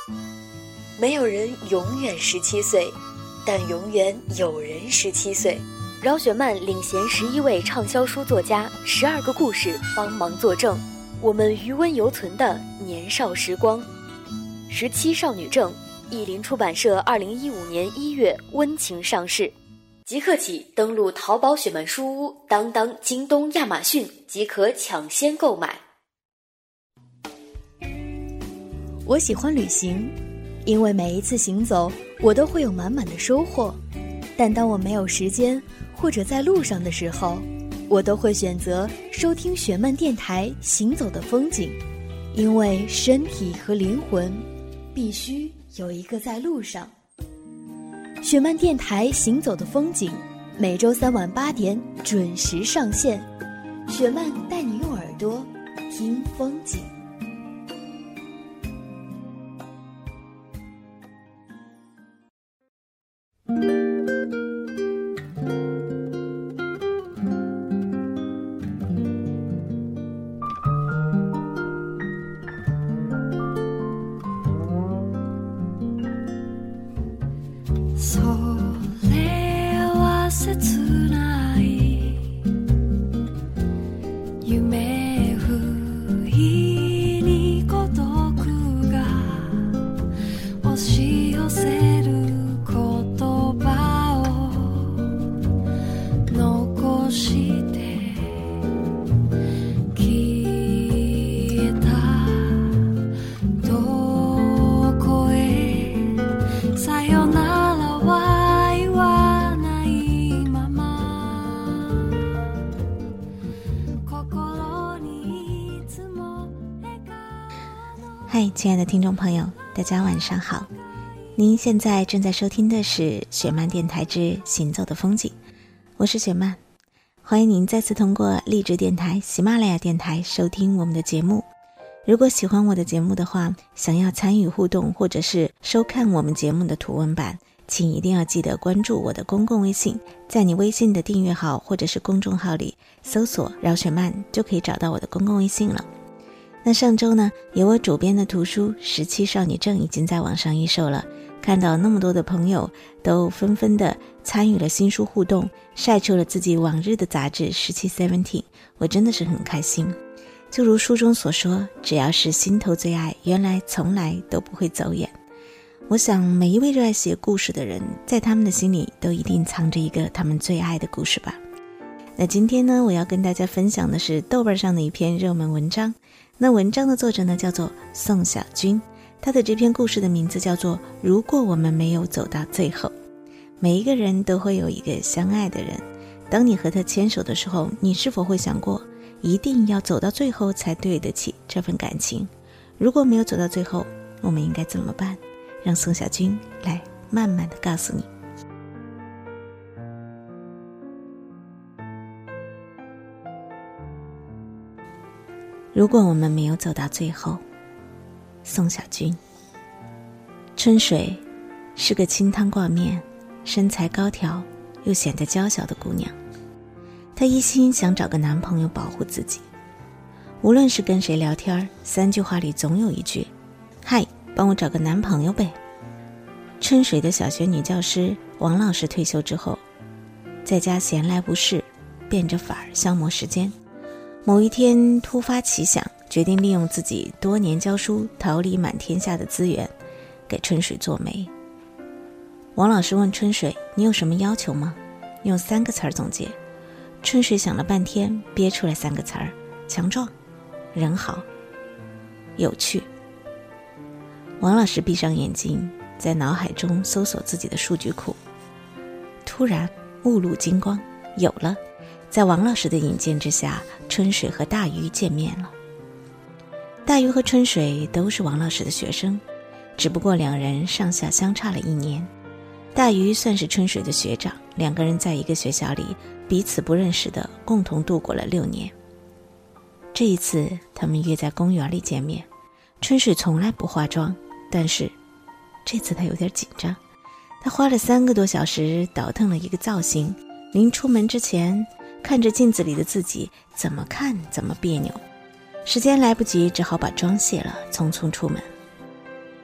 没有人永远17岁，但永远有人17岁。饶雪漫领衔11位畅销书作家，12个故事帮忙作证，我们余温犹存的年少时光。17少女证，译林出版社2015年1月温情上市，即刻起登录淘宝雪漫书屋、当当、京东、亚马逊即可抢先购买。 我喜欢旅行，因为每一次行走我都会有满满的收获，但当我没有时间或者在路上的时候，我都会选择收听雪漫电台行走的风景，因为身体和灵魂必须有一个在路上。雪漫电台行走的风景，每周3晚8点准时上线，雪漫带你用耳朵听风景。 嗨，亲爱的听众朋友，大家晚上好。您现在正在收听的是雪漫电台之行走的风景，我是雪漫，欢迎您再次通过荔枝电台、喜马拉雅电台收听我们的节目。如果喜欢我的节目的话，想要参与互动或者是收看我们节目的图文版，请一定要记得关注我的公共微信，在你微信的订阅号或者是公众号里搜索饶雪漫，就可以找到我的公共微信了。那上周呢，由我主编的图书《17少女证》已经在网上预售了，看到那么多的朋友都纷纷的参与了新书互动，晒出了自己往日的杂志17-17，我真的是很开心。就如书中所说，只要是心头最爱，原来从来都不会走远。我想每一位热爱写故事的人，在他们的心里都一定藏着一个他们最爱的故事吧。那今天呢，我要跟大家分享的是豆瓣上的一篇热门文章。那文章的作者呢叫做宋小军，他的这篇故事的名字叫做如果我们没有走到最后。每一个人都会有一个相爱的人，当你和他牵手的时候，你是否会想过一定要走到最后才对得起这份感情？如果没有走到最后，我们应该怎么办？让宋小军来慢慢的告诉你。如果我们没有走到最后，宋小军。春水是个清汤挂面、身材高挑又显得娇小的姑娘，她一心想找个男朋友保护自己。无论是跟谁聊天，3句话里总有一句：嗨，帮我找个男朋友呗。春水的小学女教师王老师退休之后，在家闲来无事，变着法儿消磨时间。某一天突发奇想，决定利用自己多年教书桃李满天下的资源，给春水做媒。王老师问春水，你有什么要求吗？用3个词儿总结。春水想了半天，憋出来3个词儿：强壮、人好、有趣。王老师闭上眼睛，在脑海中搜索自己的数据库，突然目露金光，有了。在王老师的引荐之下，春水和大鱼见面了。大鱼和春水都是王老师的学生，只不过2人上下相差了1年。大鱼算是春水的学长，2个人在一个学校里彼此不认识的共同度过了6年。这一次他们约在公园里见面，春水从来不化妆，但是这次他有点紧张，他花了3个多小时倒腾了一个造型，临出门之前看着镜子里的自己，怎么看怎么别扭，时间来不及，只好把妆卸了，匆匆出门。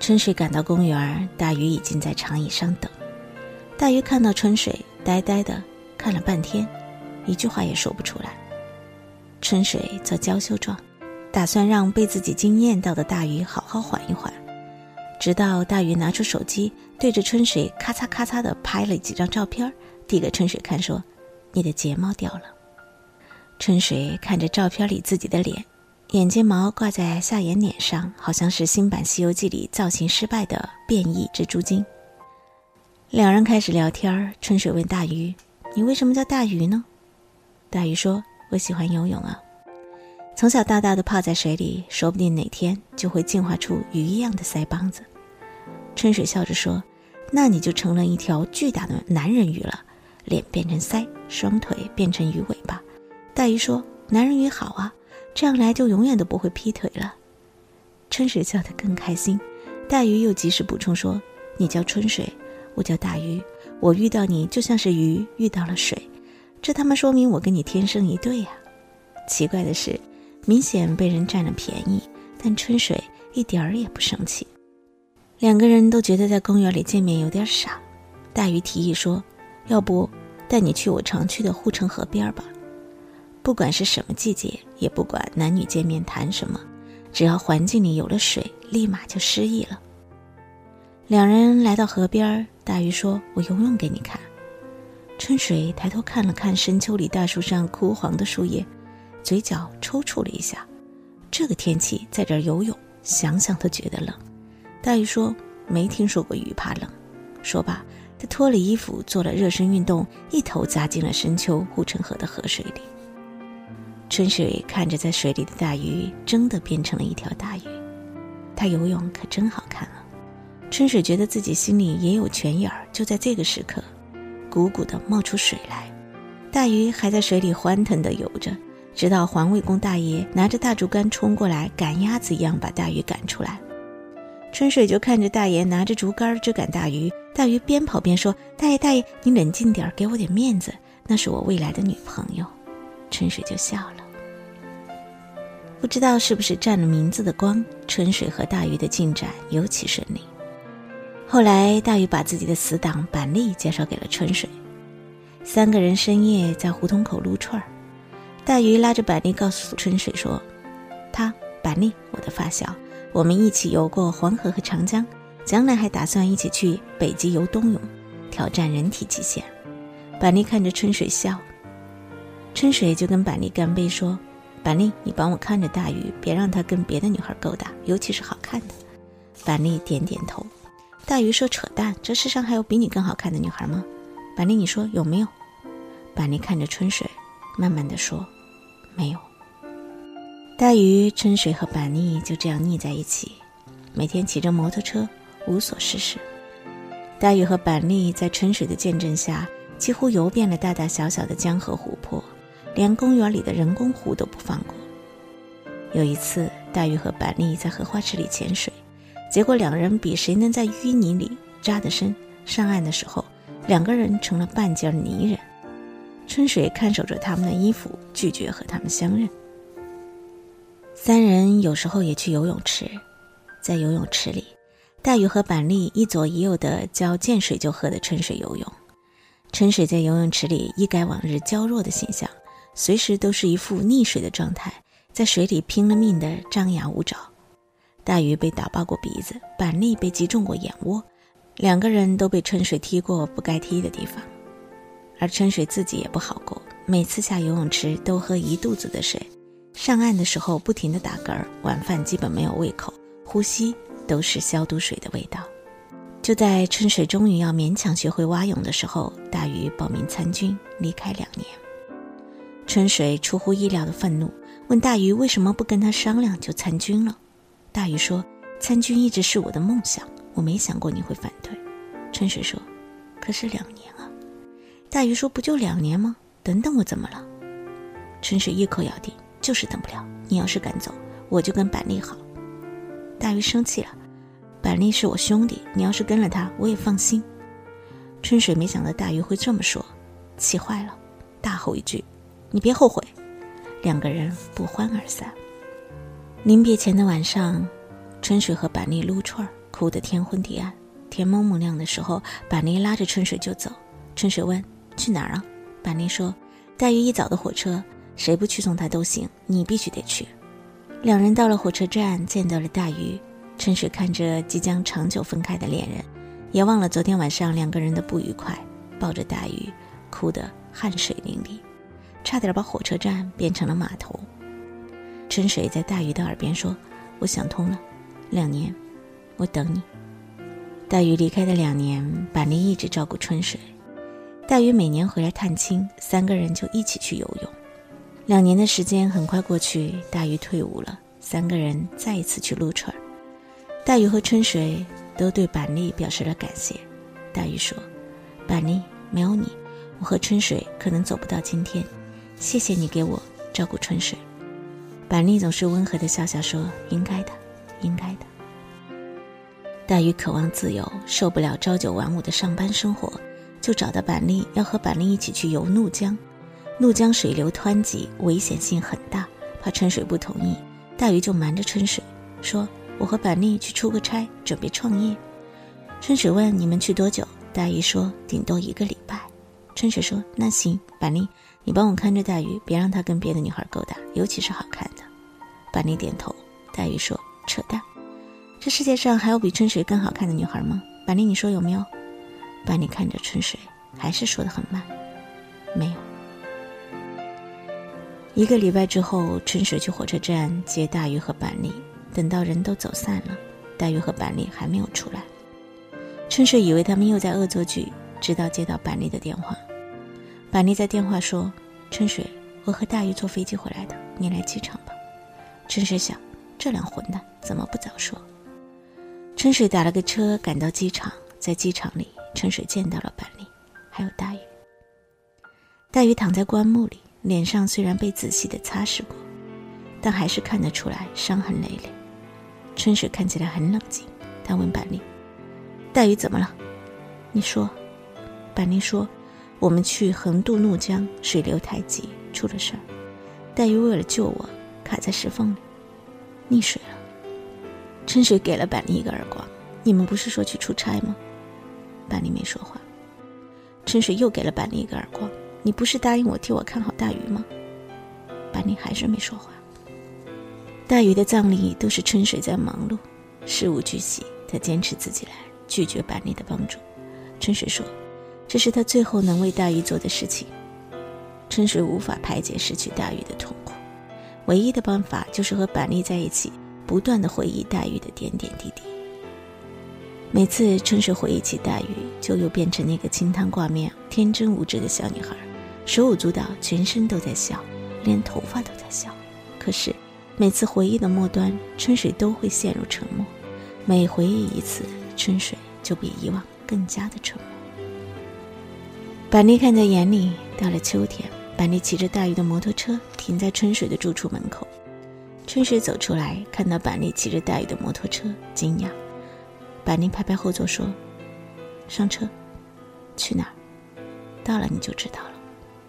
春水赶到公园，大鱼已经在长椅上等。大鱼看到春水，呆呆的看了半天，一句话也说不出来。春水做娇羞状，打算让被自己惊艳到的大鱼好好缓一缓，直到大鱼拿出手机，对着春水咔嚓咔嚓地拍了几张照片，递给春水看，说：“你的睫毛掉了。”春水看着照片里自己的脸，眼睫毛挂在下眼睑上，好像是新版《西游记》里造型失败的变异蜘蛛精。两人开始聊天，春水问大鱼：“你为什么叫大鱼呢？”大鱼说：“我喜欢游泳啊，从小到大的泡在水里，说不定哪天就会进化出鱼一样的腮帮子。”春水笑着说：“那你就成了一条巨大的男人鱼了，脸变成腮，双腿变成鱼尾巴。”大鱼说：“男人鱼好啊，这样来就永远都不会劈腿了。”春水笑得更开心，大鱼又及时补充说：“你叫春水，我叫大鱼，我遇到你就像是鱼遇到了水，这他妈说明我跟你天生一对呀。”奇怪的是，明显被人占了便宜，但春水一点儿也不生气。两个人都觉得在公园里见面有点傻。大鱼提议说：“要不带你去我常去的护城河边吧。不管是什么季节，也不管男女见面谈什么，只要环境里有了水，立马就诗意了。”两人来到河边，大鱼说：“我游泳给你看。”春水抬头看了看深秋里大树上枯黄的树叶，嘴角抽搐了一下。这个天气在这儿游泳，想想都觉得冷。大鱼说：“没听说过鱼怕冷。”说罢，他脱了衣服，做了热身运动，一头扎进了深秋护城河的河水里。春水看着在水里的大鱼，真的变成了一条大鱼。他游泳可真好看啊！春水觉得自己心里也有泉眼儿，就在这个时刻，鼓鼓地冒出水来。大鱼还在水里欢腾地游着，直到环卫工大爷拿着大竹竿冲过来，赶鸭子一样把大鱼赶出来。春水就看着大爷拿着竹竿追赶大鱼，大鱼边跑边说：“大爷大爷，你冷静点，给我点面子，那是我未来的女朋友。”春水就笑了。不知道是不是占了名字的光，春水和大鱼的进展尤其顺利。后来大鱼把自己的死党板栗介绍给了春水，三个人深夜在胡同口撸串儿。大鱼拉着板栗告诉春水说：“他板栗，我的发小，我们一起游过黄河和长江，将来还打算一起去北极游冬泳，挑战人体极限。”板栗看着春水笑，春水就跟板栗干杯说：“板栗，你帮我看着大鱼，别让他跟别的女孩勾搭，尤其是好看的。”板栗点点头。大鱼说：“扯淡，这世上还有比你更好看的女孩吗？”板栗，你说有没有？板栗看着春水，慢慢地说：“没有。”大鱼、春水和板栗就这样腻在一起，每天骑着摩托车无所事事。大鱼和板栗在春水的见证下，几乎游遍了大大小小的江河湖泊，连公园里的人工湖都不放过。有一次，大鱼和板栗在荷花池里潜水，结果两人比谁能在淤泥里扎得深，上岸的时候两个人成了半截泥人。春水看守着他们的衣服，拒绝和他们相认。三人有时候也去游泳池，在游泳池里，大鱼和板栗一左一右地教见水就喝的春水游泳。春水在游泳池里一改往日娇弱的形象，随时都是一副溺水的状态，在水里拼了命地张牙舞爪。大鱼被打爆过鼻子，板栗被击中过眼窝，两个人都被春水踢过不该踢的地方。而春水自己也不好过，每次下游泳池都喝一肚子的水，上岸的时候不停地打嗝，晚饭基本没有胃口，呼吸都是消毒水的味道。就在春水终于要勉强学会蛙泳的时候，大鱼报名参军，离开2年。春水出乎意料的愤怒，问大鱼为什么不跟他商量就参军了。大鱼说：“参军一直是我的梦想，我没想过你会反对。”春水说：“可是2年啊。”大鱼说：“不就2年吗？等等我怎么了？”春水一口咬定：“就是等不了，你要是敢走，我就跟板栗好。”大鱼生气了：“板栗是我兄弟，你要是跟了他，我也放心。”春水没想到大鱼会这么说，气坏了，大吼一句：“你别后悔！”两个人不欢而散。临别前的晚上，春水和板栗撸串， 哭得天昏地暗。天蒙蒙亮的时候，板栗拉着春水就走。春水问：去哪儿啊？板栗说：大鱼一早的火车，谁不去送他都行，你必须得去。两人到了火车站，见到了大鱼。春水看着即将长久分开的恋人，也忘了昨天晚上两个人的不愉快，抱着大鱼哭得汗水淋漓，差点把火车站变成了码头。春水在大鱼的耳边说：我想通了，2年我等你。大鱼离开的2年，板栗一直照顾春水。大鱼每年回来探亲，3个人就一起去游泳。2年的时间很快过去，大鱼退伍了，3个人再一次去撸串。大鱼和春水都对板栗表示了感谢。大鱼说：板栗，没有你，我和春水可能走不到今天，谢谢你给我照顾春水。板栗总是温和地笑笑说：应该的，应该的。大鱼渴望自由，受不了朝9晚5的上班生活，就找到板栗，要和板栗一起去游怒江。怒江水流湍急，危险性很大，怕春水不同意，大鱼就瞒着春水说：我和板栗去出个差，准备创业。春水问：你们去多久？大鱼说：顶多1个礼拜。春水说：那行，板栗，你帮我看着大鱼，别让他跟别的女孩勾搭，尤其是好看的。板栗点头。大鱼说：扯淡，这世界上还有比春水更好看的女孩吗？板栗，你说有没有？板栗看着春水，还是说得很慢：没有。1个礼拜之后，春水去火车站接大鱼和板栗，等到人都走散了，大鱼和板栗还没有出来。春水以为他们又在恶作剧，直到接到板栗的电话。板栗在电话说：春水，我和大鱼坐飞机回来的，你来机场吧。春水想，这两混蛋怎么不早说。春水打了个车赶到机场，在机场里，春水见到了板栗还有大鱼。大鱼躺在棺木里，脸上虽然被仔细地擦拭过，但还是看得出来伤痕累累。春水看起来很冷静，他问板栗：大鱼怎么了？你说。板栗说：我们去横渡怒江，水流太急，出了事儿。大鱼为了救我，卡在石缝里，溺水了。春水给了板栗一个耳光：你们不是说去出差吗？板栗没说话。春水又给了板栗一个耳光：你不是答应我替我看好大鱼吗？板栗还是没说话。大鱼的葬礼都是春水在忙碌，事无巨细，他坚持自己来，拒绝板栗的帮助。春水说：这是他最后能为大鱼做的事情。春水无法排解失去大鱼的痛苦，唯一的办法就是和板栗在一起，不断地回忆大鱼的点点滴滴。每次春水回忆起大鱼，就又变成那个清汤挂面、天真无知的小女孩，手舞足蹈，全身都在笑，连头发都在笑。可是每次回忆的末端，春水都会陷入沉默，每回忆一次，春水就比以往更加的沉默。板栗看在眼里，到了秋天，板栗骑着大鱼的摩托车停在春水的住处门口。春水走出来，看到板栗骑着大鱼的摩托车，惊讶。板栗拍拍后座说：上车。去哪儿？到了你就知道了。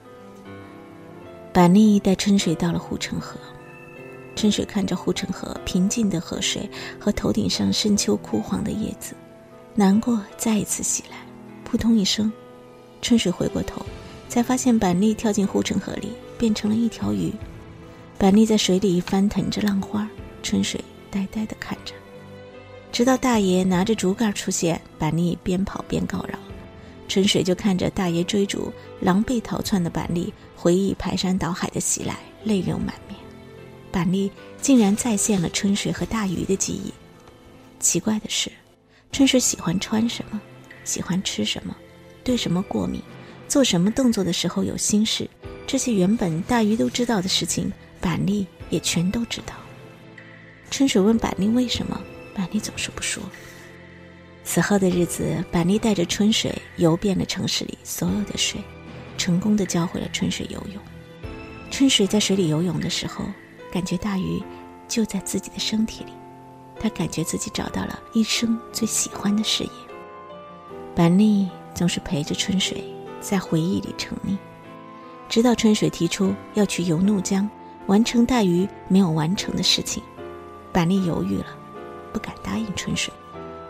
板栗带春水到了护城河。春水看着护城河平静的河水和头顶上深秋枯黄的叶子，难过再一次袭来，扑通一声，春水回过头，才发现板栗跳进护城河里，变成了一条鱼。板栗在水里翻腾着浪花，春水呆呆地看着。直到大爷拿着竹竿出现，板栗边跑边告饶。春水就看着大爷追逐，狼狈逃窜的板栗，回忆排山倒海的袭来，泪流满面。板栗竟然再现了春水和大鱼的记忆。奇怪的是，春水喜欢穿什么，喜欢吃什么，对什么过敏，做什么动作的时候有心事，这些原本大鱼都知道的事情，板栗也全都知道。春水问板栗为什么，板栗总是不说。此后的日子，板栗带着春水游遍了城市里所有的水，成功地教会了春水游泳。春水在水里游泳的时候，感觉大鱼就在自己的身体里，他感觉自己找到了一生最喜欢的事业。板栗总是陪着春水在回忆里沉溺，直到春水提出要去游怒江，完成大鱼没有完成的事情。板栗犹豫了，不敢答应春水。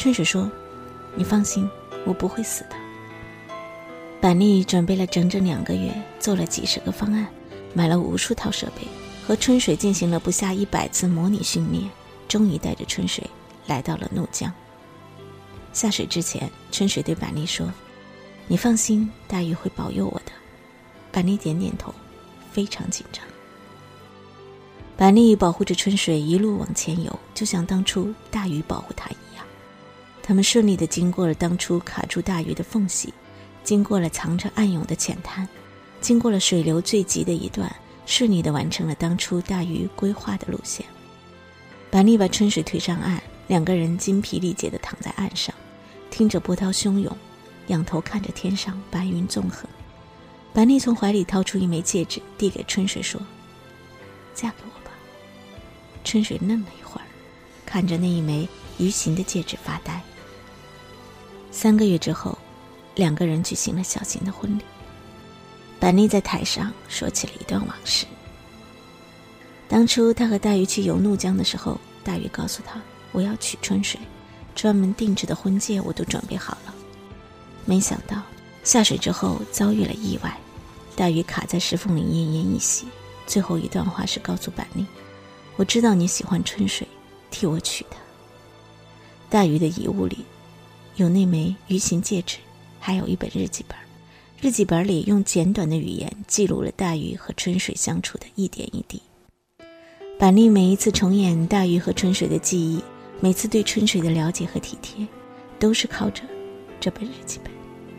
春水说，你放心，我不会死的。板栗准备了整整2个月，做了几十个方案，买了无数套设备，和春水进行了不下100次模拟训练，终于带着春水来到了怒江。下水之前，春水对板栗说，你放心，大鱼会保佑我的。板栗点点头，非常紧张。板栗保护着春水一路往前游，就像当初大鱼保护他一样。他们顺利地经过了当初卡住大鱼的缝隙，经过了藏着暗涌的浅滩，经过了水流最急的一段，顺利地完成了当初大鱼规划的路线。板栗把春水推上岸，2个人精疲力竭地躺在岸上，听着波涛汹涌，仰头看着天上白云纵横。板栗从怀里掏出一枚戒指，递给春水说，嫁给我吧。春水愣了一会儿，看着那一枚鱼形的戒指发呆。3个月之后，2个人举行了小型的婚礼。板栗在台上说起了一段往事。当初他和大鱼去游怒江的时候，大鱼告诉他，我要娶春水，专门定制的婚戒我都准备好了。没想到下水之后遭遇了意外，大鱼卡在石缝里奄奄一息，最后一段话是告诉板栗，我知道你喜欢春水，替我娶她。大鱼的遗物里有那枚鱼形戒指，还有一本日记本。日记本里用简短的语言记录了大鱼和春水相处的一点一滴。板栗每一次重演大鱼和春水的记忆，每次对春水的了解和体贴，都是靠着这本日记本。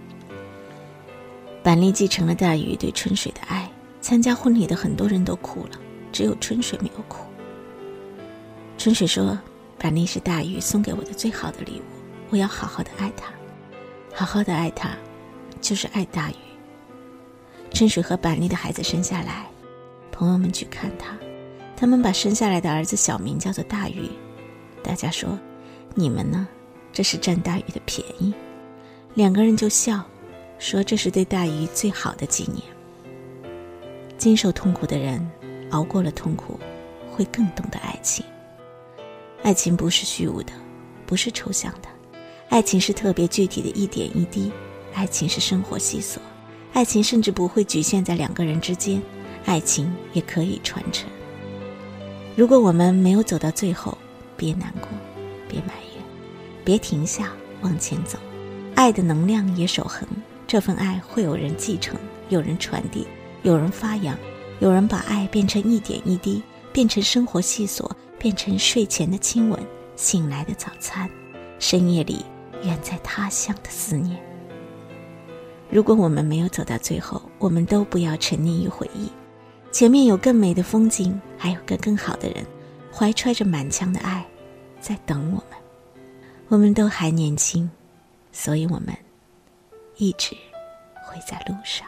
板栗继承了大鱼对春水的爱，参加婚礼的很多人都哭了，只有春水没有哭。春水说，板栗是大鱼送给我的最好的礼物，我要好好的爱他。好好的爱他，就是爱大鱼。春水和板栗的孩子生下来，朋友们去看他，他们把生下来的儿子小名叫做大鱼。大家说，你们呢？这是占大鱼的便宜。2个人就笑，说这是对大鱼最好的纪念。经受痛苦的人，熬过了痛苦，会更懂得爱情。爱情不是虚无的，不是抽象的，爱情是特别具体的一点一滴，爱情是生活细琐，爱情甚至不会局限在2个人之间，爱情也可以传承。如果我们没有走到最后，别难过，别埋怨，别停下，往前走。爱的能量也守恒，这份爱会有人继承，有人传递，有人发扬，有人把爱变成一点一滴，变成生活细琐，变成睡前的亲吻，醒来的早餐，深夜里远在他乡的思念。如果我们没有走到最后，我们都不要沉溺于回忆，前面有更美的风景，还有个更好的人，怀揣着满腔的爱在等我们。我们都还年轻，所以我们一直会在路上。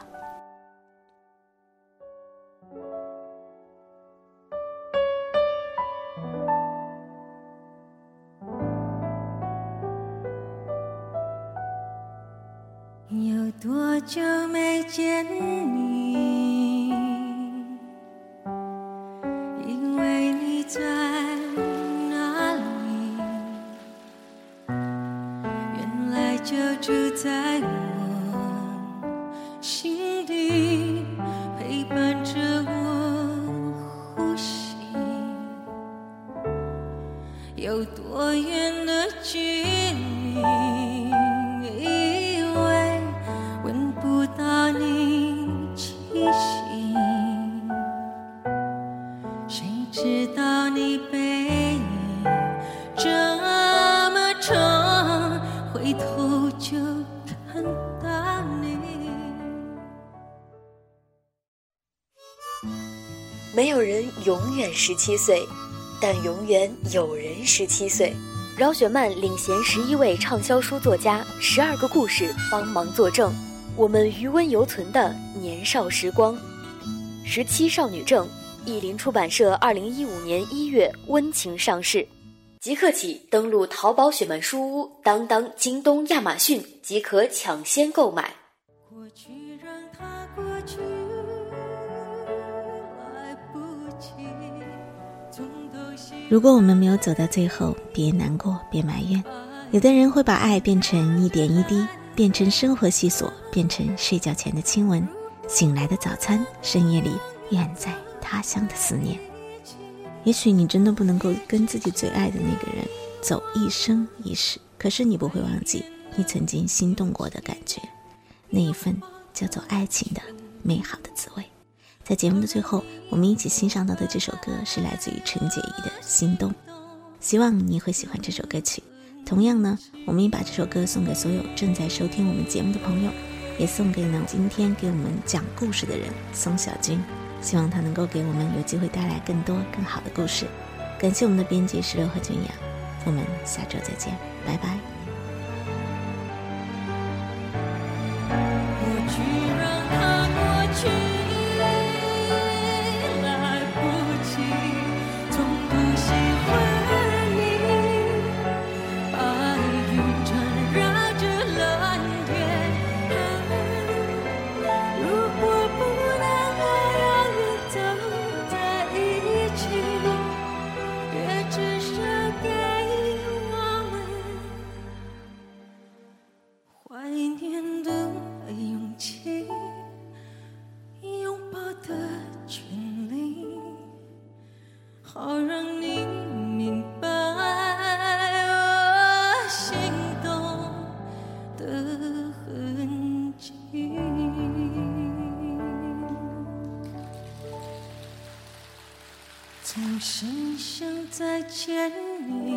有多久没见你，因为你在哪里，原来就住在我心底，陪伴着我呼吸。有多远的距离，到你气息，谁知道你背影这么长，回头就看到你。 没有人永远17岁，但永远有人17岁。饶雪漫领衔11位畅销书作家，12个故事帮忙作证。我们余温犹存的年少时光，17少女证，译林出版社2015年1月温情上市，即刻起登录淘宝雪漫书屋、当当、京东、亚马逊即可抢先购买。 过去让它过去，来不及。 如果我们没有走到最后，别难过，别埋怨， 有的人会把爱变成一点一滴，变成生活细琐，变成睡觉前的亲吻，醒来的早餐，深夜里远在他乡的思念。也许你真的不能够跟自己最爱的那个人走一生一世，可是你不会忘记你曾经心动过的感觉，那一份叫做爱情的美好的滋味。在节目的最后，我们一起欣赏到的这首歌是来自于陈洁仪的《心动》，希望你会喜欢这首歌曲。同样呢，我们也把这首歌送给所有正在收听我们节目的朋友，也送给呢今天给我们讲故事的人宋小军，希望他能够给我们有机会带来更多更好的故事。感谢我们的编辑石榴和君阳，我们下周再见，拜拜。 过去让它过去，来不及，从不喜欢你。白云缠绕着蓝天，如果不能永远走在一起，也至少给我们怀念的勇气，拥抱的权利，好让你明白我心动的痕迹。总是想再见你，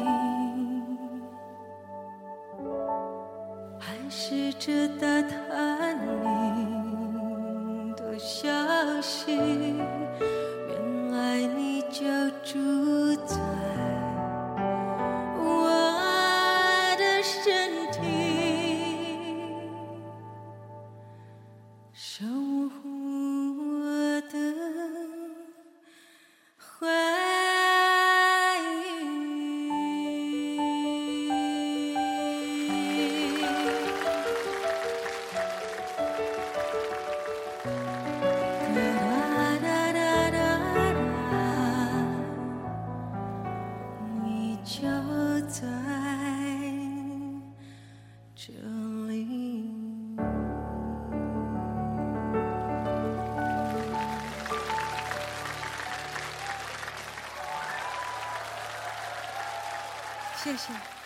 还试着打探你的消息，原来你就住在我的身体，守护我的回你就在这里。谢谢。